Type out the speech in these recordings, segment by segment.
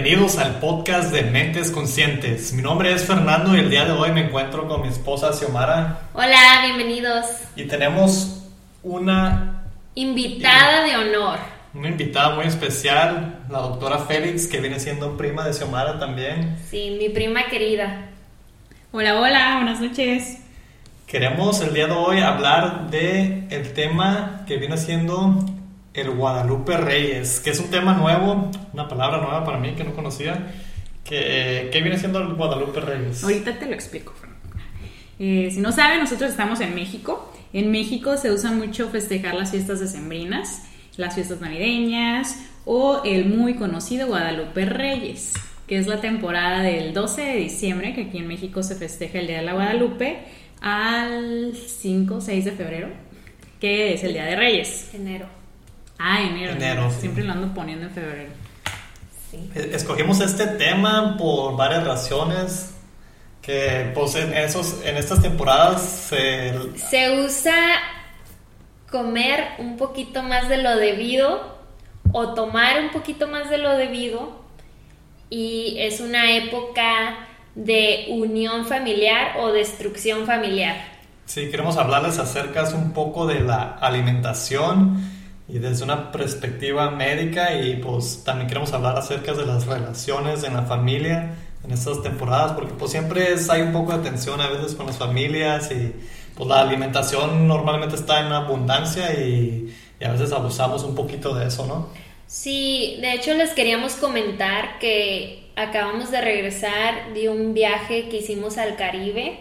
Bienvenidos al podcast de Mentes Conscientes. Mi nombre es Fernando y el día de hoy me encuentro con mi esposa Xiomara. Hola, bienvenidos. Y tenemos una invitada de honor. Una invitada muy especial, la doctora Félix, que viene siendo prima de Xiomara también. Sí, mi prima querida. Hola, hola, buenas noches. Queremos el día de hoy hablar de el tema que viene siendo el Guadalupe Reyes, que es un tema nuevo, una palabra nueva para mí que no conocía. ¿Qué viene siendo el Guadalupe Reyes? Ahorita te lo explico, Fran. Si no saben, nosotros estamos en México. En México se usa mucho festejar las fiestas decembrinas, las fiestas navideñas o el muy conocido Guadalupe Reyes, que es la temporada del 12 de diciembre, que aquí en México se festeja el Día de la Guadalupe, al 5 o 6 de febrero, que es el Día de Reyes. Enero. Enero, sí. Siempre lo ando poniendo en febrero. Sí. Escogimos este tema por varias razones, que pues en estas temporadas se usa comer un poquito más de lo debido o tomar un poquito más de lo debido, y es una época de unión familiar o destrucción familiar. Sí, queremos hablarles acerca un poco de la alimentación y desde una perspectiva médica, y pues también queremos hablar acerca de las relaciones en la familia en estas temporadas, porque pues siempre hay un poco de tensión a veces con las familias, y pues la alimentación normalmente está en abundancia y a veces abusamos un poquito de eso, ¿no? Sí, de hecho les queríamos comentar que acabamos de regresar de un viaje que hicimos al Caribe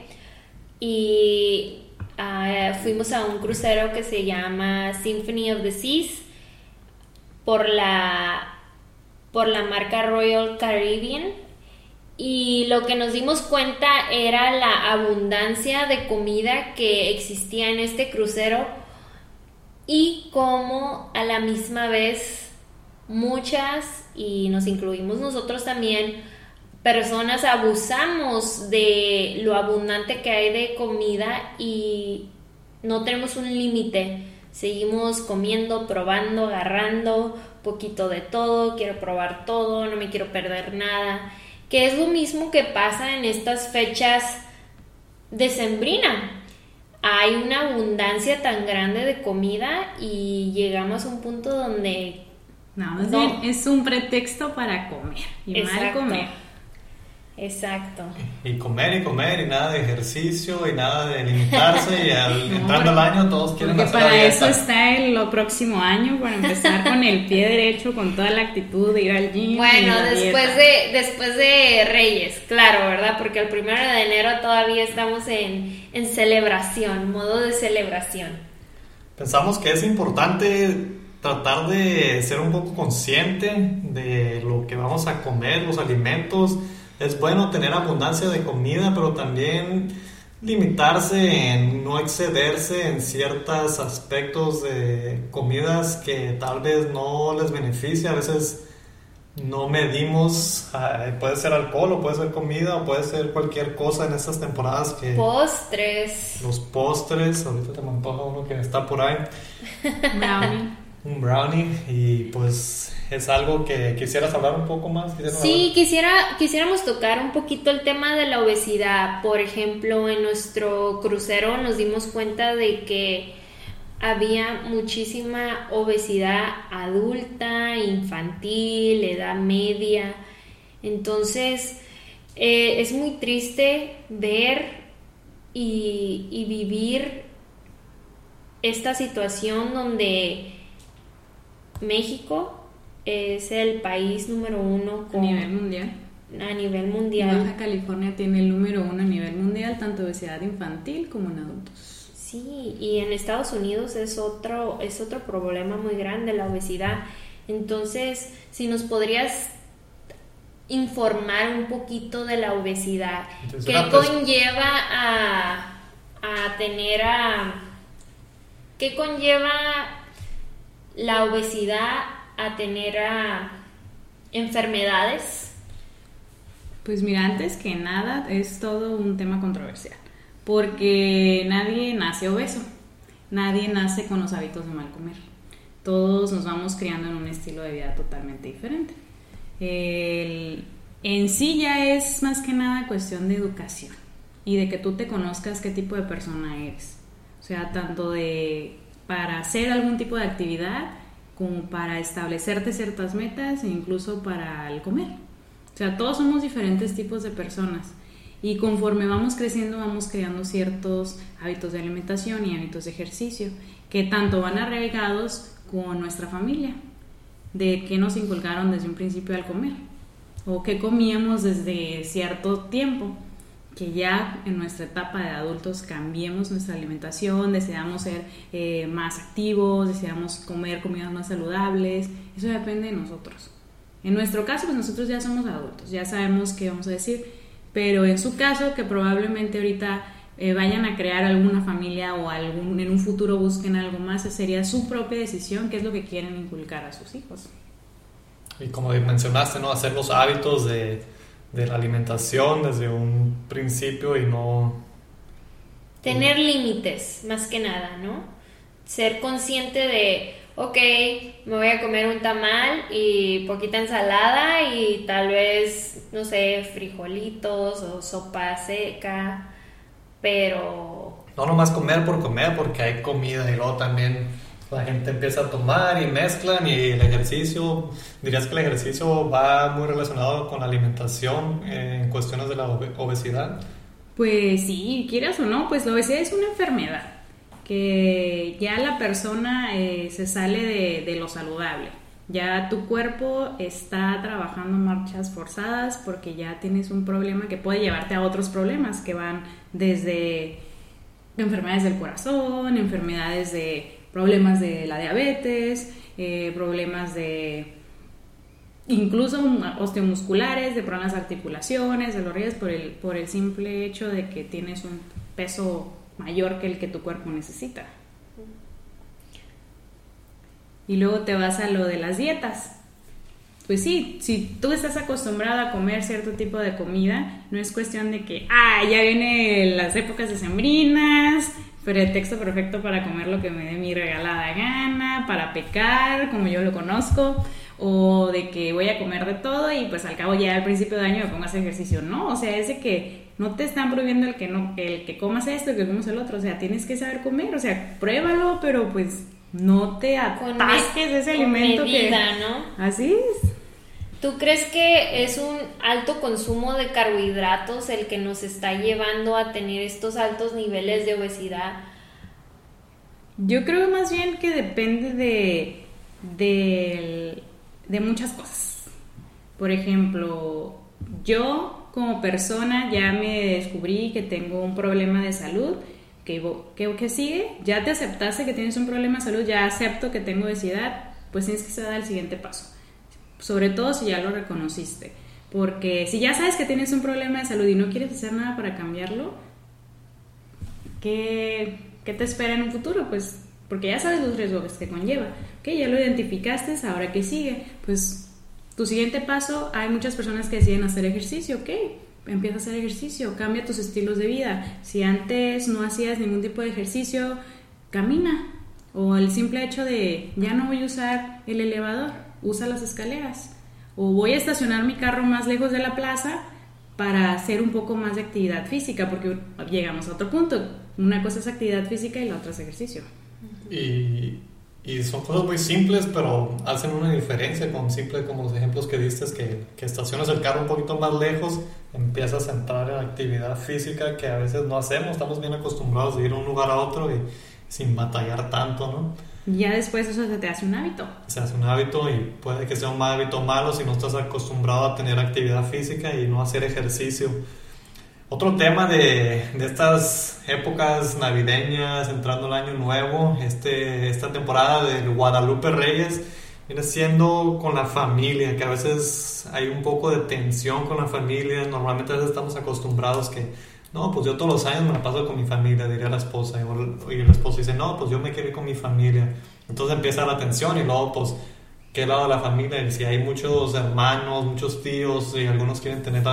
y fuimos a un crucero que se llama Symphony of the Seas por la marca Royal Caribbean, y lo que nos dimos cuenta era la abundancia de comida que existía en este crucero, y cómo a la misma vez muchas, y nos incluimos nosotros también, personas abusamos de lo abundante que hay de comida y no tenemos un límite. Seguimos comiendo, probando, agarrando poquito de todo, quiero probar todo, no me quiero perder nada, que es lo mismo que pasa en estas fechas decembrinas. Hay una abundancia tan grande de comida y llegamos a un punto donde es un pretexto para comer y mal comer. Exacto. Y comer y nada de ejercicio y nada de limitarse, y entrando al año todos quieren hacer para la dieta. eso está el próximo año, para empezar con el pie derecho, con toda la actitud de ir al gym. Bueno, después de Reyes, claro, ¿verdad? Porque el 1 de enero todavía estamos en celebración, modo de celebración. Pensamos que es importante tratar de ser un poco consciente de lo que vamos a comer, los alimentos. Es bueno tener abundancia de comida, pero también limitarse en no excederse en ciertos aspectos de comidas que tal vez no les beneficia. A veces no medimos, puede ser alcohol o puede ser comida o puede ser cualquier cosa en estas temporadas que... Postres. Los postres, ahorita te me antoja uno que está por ahí. Un brownie, y pues es algo que quisieras hablar un poco más. Sí, quisiéramos tocar un poquito el tema de la obesidad. Por ejemplo, en nuestro crucero nos dimos cuenta de que había muchísima obesidad adulta, infantil, edad media. Entonces es muy triste ver y vivir esta situación donde México es el país número 1 a nivel mundial. Y Baja California tiene el número 1 a nivel mundial, tanto obesidad infantil como en adultos. Sí, y en Estados Unidos es otro problema muy grande, la obesidad. Entonces, si nos podrías informar un poquito de la obesidad, ¿qué conlleva qué conlleva la obesidad a tener enfermedades? Pues mira, antes que nada es todo un tema controversial, porque nadie nace obeso, nadie nace con los hábitos de mal comer. Todos nos vamos criando en un estilo de vida totalmente diferente. En sí ya es más que nada cuestión de educación y de que tú te conozcas qué tipo de persona eres. O sea, tanto para hacer algún tipo de actividad como para establecerte ciertas metas e incluso para el comer. O sea, todos somos diferentes tipos de personas y conforme vamos creciendo vamos creando ciertos hábitos de alimentación y hábitos de ejercicio que tanto van arraigados con nuestra familia, de qué nos inculcaron desde un principio al comer o qué comíamos desde cierto tiempo, que ya en nuestra etapa de adultos cambiemos nuestra alimentación, deseamos ser más activos, deseamos comer comidas más saludables. Eso depende de nosotros. En nuestro caso, pues nosotros ya somos adultos, ya sabemos qué vamos a decir, pero en su caso, que probablemente ahorita vayan a crear alguna familia o en un futuro busquen algo más, sería su propia decisión, qué es lo que quieren inculcar a sus hijos. Y como mencionaste, ¿no? Hacer los hábitos de la alimentación desde un principio y no... Tener límites, más que nada, ¿no? Ser consciente de, ok, me voy a comer un tamal y poquita ensalada y tal vez, no sé, frijolitos o sopa seca, pero... No nomás comer por comer, porque hay comida y luego también la gente empieza a tomar y mezclan, y el ejercicio, dirías que el ejercicio va muy relacionado con la alimentación en cuestiones de la obesidad. Pues sí, quieras o no, pues la obesidad es una enfermedad que ya la persona se sale de lo saludable. Ya tu cuerpo está trabajando marchas forzadas porque ya tienes un problema que puede llevarte a otros problemas que van desde enfermedades del corazón, enfermedades de problemas de la diabetes, problemas de incluso osteomusculares, de problemas de articulaciones, de los riesgos por el simple hecho de que tienes un peso mayor que el que tu cuerpo necesita. Y luego te vas a lo de las dietas. Pues sí, si tú estás acostumbrado a comer cierto tipo de comida, no es cuestión de que, ya vienen las épocas decembrinas, pretexto perfecto para comer lo que me dé mi regalada gana, para pecar, como yo lo conozco, o de que voy a comer de todo y pues al cabo ya al principio de año me pongo a hacer ejercicio. No, o sea, es de que no te están prohibiendo el que comas esto, el que comas el otro. O sea, tienes que saber comer, o sea, pruébalo, pero pues no te atasques de ese alimento medida, ¿no? Así es. ¿Tú crees que es un alto consumo de carbohidratos el que nos está llevando a tener estos altos niveles de obesidad? Yo creo más bien que depende de muchas cosas. Por ejemplo, yo como persona ya me descubrí que tengo un problema de salud. ¿Qué sigue? Ya te aceptaste que tienes un problema de salud, ya acepto que tengo obesidad, pues tienes que dar el siguiente paso. Sobre todo si ya lo reconociste, porque si ya sabes que tienes un problema de salud y no quieres hacer nada para cambiarlo, ¿qué te espera en un futuro? Pues porque ya sabes los riesgos que conlleva. Ok, ya lo identificaste, ahora ¿qué sigue? Pues tu siguiente paso, hay muchas personas que deciden hacer ejercicio. Ok, empieza a hacer ejercicio, cambia tus estilos de vida. Si antes no hacías ningún tipo de ejercicio, camina. O el simple hecho de ya no voy a usar el elevador, usa las escaleras, o voy a estacionar mi carro más lejos de la plaza para hacer un poco más de actividad física, porque llegamos a otro punto, una cosa es actividad física y la otra es ejercicio. Y son cosas muy simples, pero hacen una diferencia, como los ejemplos que diste, que estacionas el carro un poquito más lejos, empiezas a entrar en actividad física que a veces no hacemos, estamos bien acostumbrados de ir de un lugar a otro y sin batallar tanto, ¿no? Ya después eso se te hace un hábito. Se hace un hábito y puede que sea un hábito malo si no estás acostumbrado a tener actividad física y no hacer ejercicio. Otro tema de estas épocas navideñas, entrando el año nuevo, esta temporada del Guadalupe Reyes, viene siendo con la familia, que a veces hay un poco de tensión con la familia. Normalmente a veces estamos acostumbrados que no, pues yo todos los años me la paso con mi familia, diría la esposa, y la esposa dice, no, pues yo me quiero ir con mi familia. Entonces empieza la tensión y luego, pues, ¿qué lado de la familia? Si hay muchos hermanos, muchos tíos y algunos quieren tener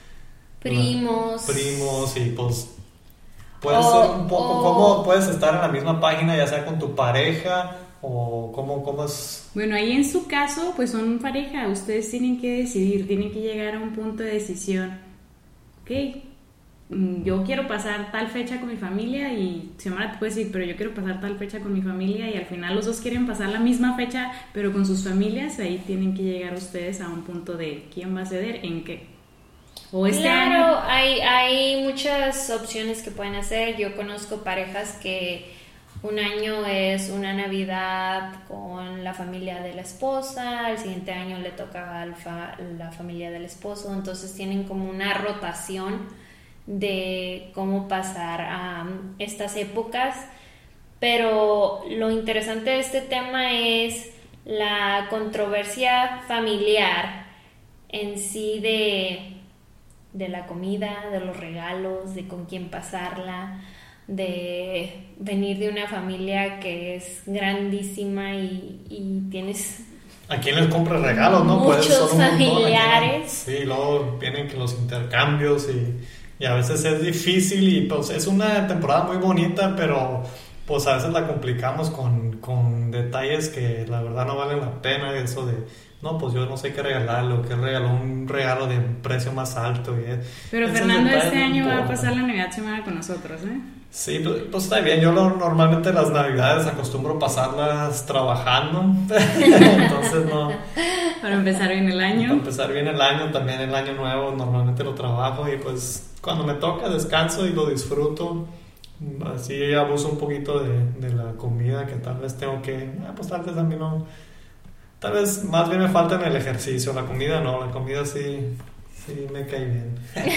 primos y pues puede ser un poco cómo puedes estar en la misma página, ya sea con tu pareja o cómo es? Bueno, ahí en su caso, pues son pareja, ustedes tienen que decidir, tienen que llegar a un punto de decisión. Ok, yo quiero pasar tal fecha con mi familia y Xiomara te puede decir, pero yo quiero pasar tal fecha con mi familia, y al final los dos quieren pasar la misma fecha, pero con sus familias. Ahí tienen que llegar ustedes a un punto de quién va a ceder en qué. O claro, hay muchas opciones que pueden hacer. Yo conozco parejas que un año es una Navidad con la familia de la esposa, el siguiente año le toca a la familia del esposo, entonces tienen como una rotación de cómo pasar a estas épocas. Pero lo interesante de este tema es la controversia familiar en sí de la comida, de los regalos, de con quién pasarla, de venir de una familia que es grandísima y tienes ¿a quién les compra regalos, no? muchos Pues son un montón, familiares. Sí, luego vienen que los intercambios y a veces es difícil, y pues es una temporada muy bonita, pero pues a veces la complicamos con detalles que la verdad no valen la pena. Eso de, no, pues yo no sé qué regalarle, o que regaló un regalo de precio más alto. Pero Fernando este año va a pasar la Navidad Xiomara con nosotros, ¿eh? Sí, pues está bien. Yo normalmente las Navidades acostumbro pasarlas trabajando. Entonces no. Para empezar bien el año. Para empezar bien el año, también el año nuevo normalmente lo trabajo, y pues cuando me toca descanso y lo disfruto. Así abuso un poquito de la comida, que tal vez tengo que, pues tal vez a mí no, tal vez más bien me falta en el ejercicio. La comida no, la comida sí me cae bien.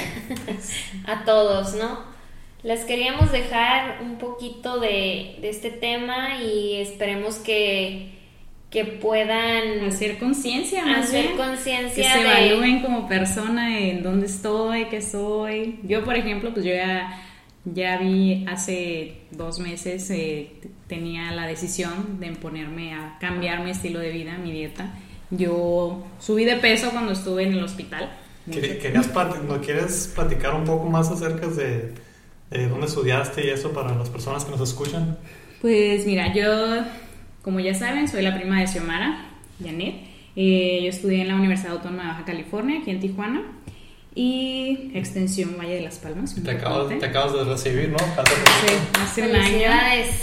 A todos, ¿no? Les queríamos dejar un poquito de este tema y esperemos que puedan hacer conciencia, hacer conciencia, que se evalúen como persona en dónde estoy, qué soy. Yo, por ejemplo, pues yo ya vi hace 2 meses, tenía la decisión de ponerme a cambiar mi estilo de vida, mi dieta. Yo subí de peso cuando estuve en el hospital. ¿No quieres platicar un poco más acerca de dónde estudiaste y eso para las personas que nos escuchan? Pues mira, yo, como ya saben, soy la prima de Xiomara, Janet. Yo estudié en la Universidad Autónoma de Baja California, aquí en Tijuana, y Extensión Valle de las Palmas. Te acabas de recibir, ¿no? Sí, hace un año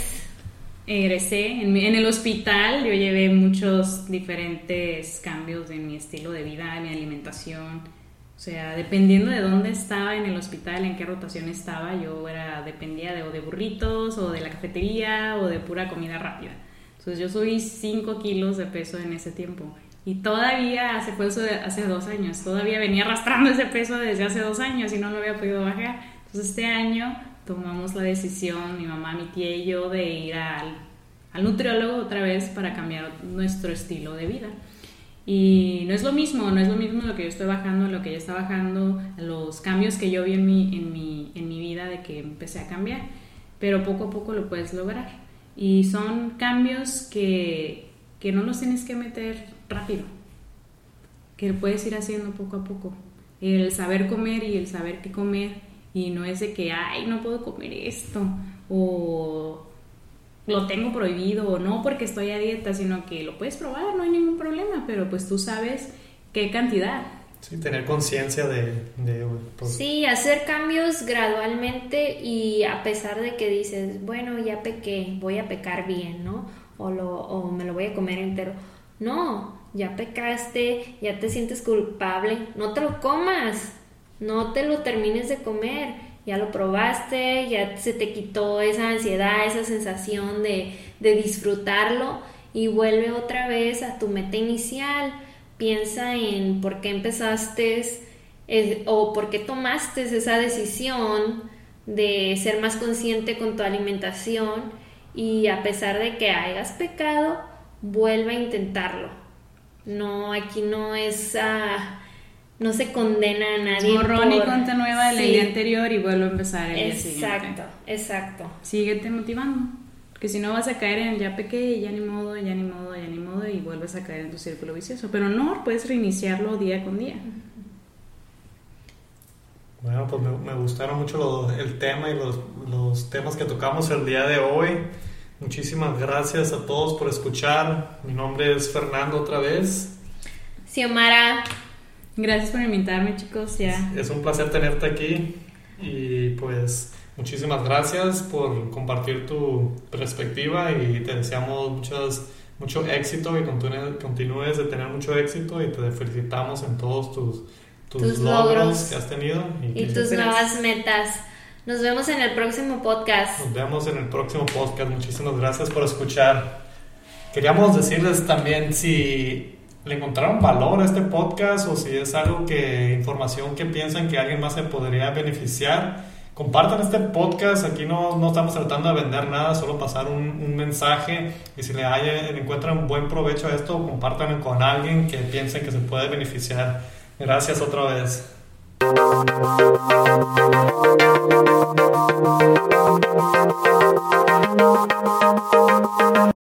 egresé. En el hospital yo llevé muchos diferentes cambios en mi estilo de vida, en mi alimentación. O sea, dependiendo de dónde estaba en el hospital, en qué rotación estaba, dependía de burritos, o de la cafetería, o de pura comida rápida. Entonces yo subí 5 kilos de peso en ese tiempo. Y todavía hace 2 años, todavía venía arrastrando ese peso desde hace 2 años y no lo había podido bajar. Entonces este año tomamos la decisión, mi mamá, mi tía y yo, de ir al nutriólogo otra vez para cambiar nuestro estilo de vida. Y no es lo mismo lo que yo estoy bajando, lo que ella está bajando, los cambios que yo vi en mi vida de que empecé a cambiar, pero poco a poco lo puedes lograr. Y son cambios que no los tienes que meter rápido, que lo puedes ir haciendo poco a poco. El saber comer y el saber qué comer, y no es de que, ay, no puedo comer esto, o lo tengo prohibido, o no porque estoy a dieta, sino que lo puedes probar, no hay ningún problema, pero pues tú sabes qué cantidad. Sí, tener conciencia pues. Sí, hacer cambios gradualmente, y a pesar de que dices, bueno, ya pequé, voy a pecar bien, ¿no? O me lo voy a comer entero. No, ya pecaste, ya te sientes culpable, no te lo comas, no te lo termines de comer. Ya lo probaste, ya se te quitó esa ansiedad, esa sensación de disfrutarlo, y vuelve otra vez a tu meta inicial. Piensa en por qué empezaste o por qué tomaste esa decisión de ser más consciente con tu alimentación, y a pesar de que hayas pecado, vuelve a intentarlo. No, aquí no es... no se condena a nadie. Borrón y cuenta nueva del día anterior y vuelvo a empezar el día siguiente. Exacto. Síguete motivando, porque si no vas a caer en ya pequé y ya ni modo, y vuelves a caer en tu círculo vicioso. Pero no, puedes reiniciarlo día con día. Bueno, pues me gustaron mucho el tema y los temas que tocamos el día de hoy. Muchísimas gracias a todos por escuchar. Mi nombre es Fernando otra vez. Xiomara. Gracias por invitarme, chicos. Ya. Es un placer tenerte aquí y pues muchísimas gracias por compartir tu perspectiva y te deseamos mucho éxito y continúes de tener mucho éxito y te felicitamos en todos tus logros que has tenido y tus nuevas metas. Nos vemos en el próximo podcast. Nos vemos en el próximo podcast. Muchísimas gracias por escuchar. Queríamos decirles también si le encontraron valor a este podcast o si es información que piensan que alguien más se podría beneficiar. Compartan este podcast. Aquí no estamos tratando de vender nada, solo pasar un mensaje, y si le encuentran buen provecho a esto, compártanlo con alguien que piensen que se puede beneficiar. Gracias otra vez.